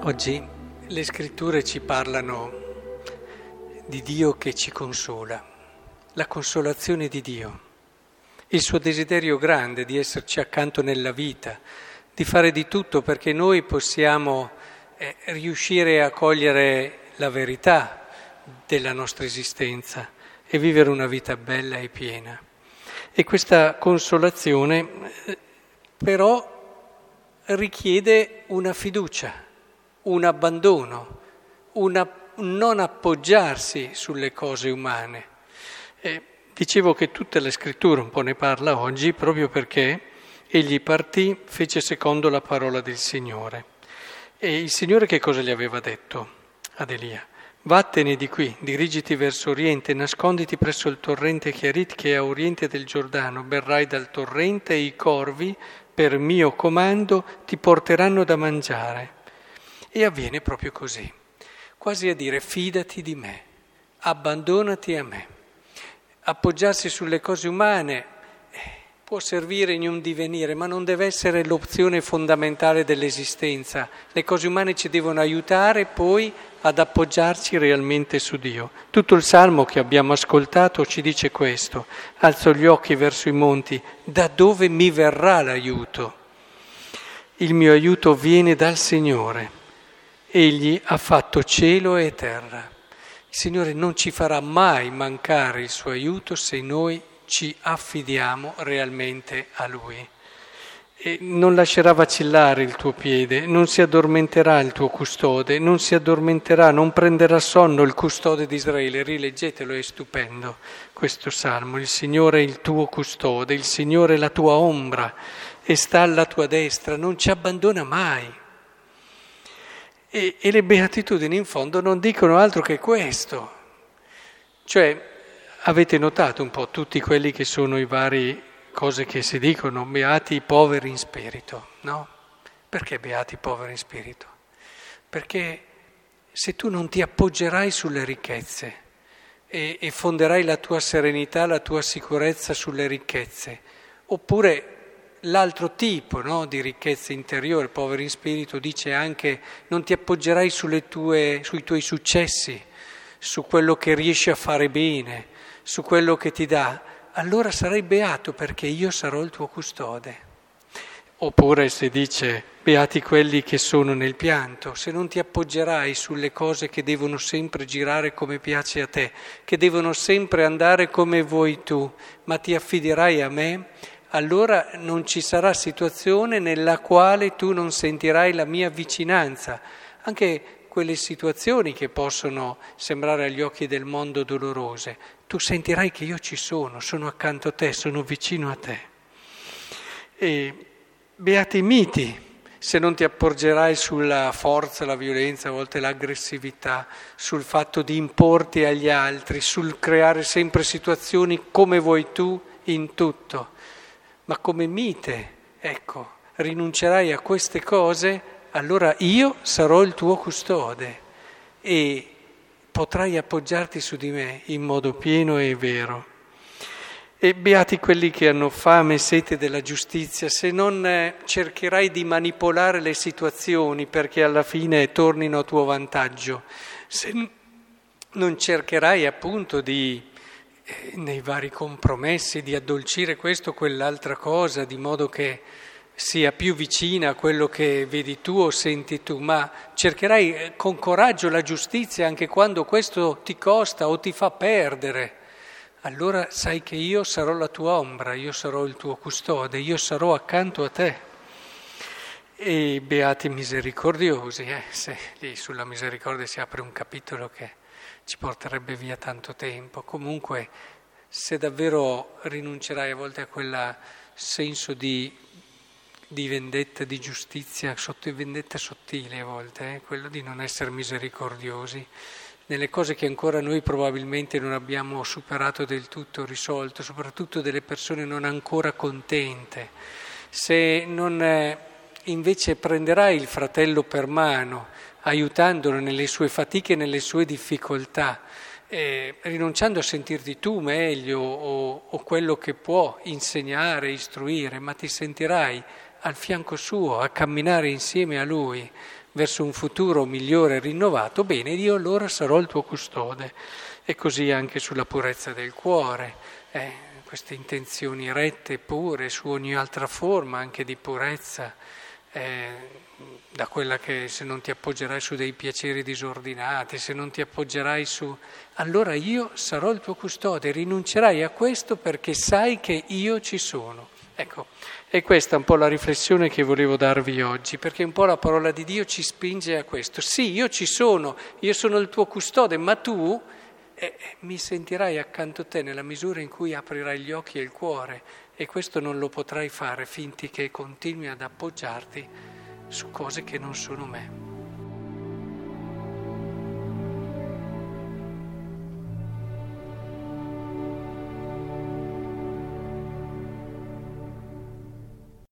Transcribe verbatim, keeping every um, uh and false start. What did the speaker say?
Oggi le scritture ci parlano di Dio che ci consola, la consolazione di Dio, il suo desiderio grande di esserci accanto nella vita, di fare di tutto perché noi possiamo eh, riuscire a cogliere la verità della nostra esistenza e vivere una vita bella e piena. E questa consolazione eh, però richiede una fiducia, un abbandono, una, un non appoggiarsi sulle cose umane. E dicevo che tutta la scrittura un po' ne parla oggi proprio perché egli partì, fece secondo la parola del Signore. E il Signore che cosa gli aveva detto ad Elia? Vattene di qui, dirigiti verso oriente, nasconditi presso il torrente Cherit che è a oriente del Giordano, berrai dal torrente e i corvi, per mio comando, ti porteranno da mangiare. E avviene proprio così, quasi a dire fidati di me, abbandonati a me. Appoggiarsi sulle cose umane può servire in un divenire, ma non deve essere l'opzione fondamentale dell'esistenza. Le cose umane ci devono aiutare poi ad appoggiarci realmente su Dio. Tutto il Salmo che abbiamo ascoltato ci dice questo: alzo gli occhi verso i monti, da dove mi verrà l'aiuto? Il mio aiuto viene dal Signore. Egli ha fatto cielo e terra. Il Signore non ci farà mai mancare il suo aiuto se noi ci affidiamo realmente a Lui. E non lascerà vacillare il tuo piede, non si addormenterà il tuo custode, non si addormenterà, non prenderà sonno il custode di Israele. Rileggetelo, è stupendo questo salmo. Il Signore è il tuo custode, il Signore è la tua ombra e sta alla tua destra, non ci abbandona mai. E, e le beatitudini in fondo non dicono altro che questo. Cioè, avete notato un po' tutti quelli che sono i vari cose che si dicono, beati i poveri in spirito, no? Perché beati i poveri in spirito? Perché se tu non ti appoggerai sulle ricchezze e, e fonderai la tua serenità, la tua sicurezza sulle ricchezze, oppure l'altro tipo, no, di ricchezza interiore, poveri in spirito, dice anche non ti appoggerai sulle tue, sui tuoi successi, su quello che riesci a fare bene, su quello che ti dà, allora sarai beato perché io sarò il tuo custode. Oppure si dice beati quelli che sono nel pianto, se non ti appoggerai sulle cose che devono sempre girare come piace a te, che devono sempre andare come vuoi tu, ma ti affiderai a me, allora non ci sarà situazione nella quale tu non sentirai la mia vicinanza. Anche quelle situazioni che possono sembrare agli occhi del mondo dolorose, tu sentirai che io ci sono, sono accanto a te, sono vicino a te. E beati i miti, se non ti appoggerai sulla forza, la violenza, a volte l'aggressività, sul fatto di importi agli altri, sul creare sempre situazioni come vuoi tu in tutto. Ma come mite, ecco, rinuncerai a queste cose, allora io sarò il tuo custode e potrai appoggiarti su di me in modo pieno e vero. E beati quelli che hanno fame e sete della giustizia, se non cercherai di manipolare le situazioni perché alla fine tornino a tuo vantaggio, se non cercherai appunto di eh, nei vari compromessi di addolcire questo o quell'altra cosa, di modo che sia più vicina a quello che vedi tu o senti tu, ma cercherai con coraggio la giustizia anche quando questo ti costa o ti fa perdere, allora sai che io sarò la tua ombra, io sarò il tuo custode, io sarò accanto a te. E beati misericordiosi, eh, se lì sulla misericordia si apre un capitolo che ci porterebbe via tanto tempo. Comunque, se davvero rinuncerai a volte a quel senso di, di vendetta, di giustizia, sotto vendetta sottile a volte, eh, quello di non essere misericordiosi, nelle cose che ancora noi probabilmente non abbiamo superato del tutto, risolto, soprattutto delle persone non ancora contente, se non eh, invece prenderai il fratello per mano, aiutandolo nelle sue fatiche e nelle sue difficoltà, eh, rinunciando a sentirti tu meglio o, o quello che può insegnare, istruire, ma ti sentirai al fianco suo, a camminare insieme a lui, verso un futuro migliore e rinnovato, bene, io allora sarò il tuo custode. E così anche sulla purezza del cuore, eh, queste intenzioni rette e pure, su ogni altra forma anche di purezza, eh, da quella che se non ti appoggerai su dei piaceri disordinati, se non ti appoggerai su... allora io sarò il tuo custode, rinuncerai a questo perché sai che io ci sono. Ecco, e questa è un po' la riflessione che volevo darvi oggi, perché un po' la parola di Dio ci spinge a questo. Sì, io ci sono, io sono il tuo custode, ma tu eh, mi sentirai accanto a te nella misura in cui aprirai gli occhi e il cuore, e questo non lo potrai fare finché continui ad appoggiarti su cose che non sono me.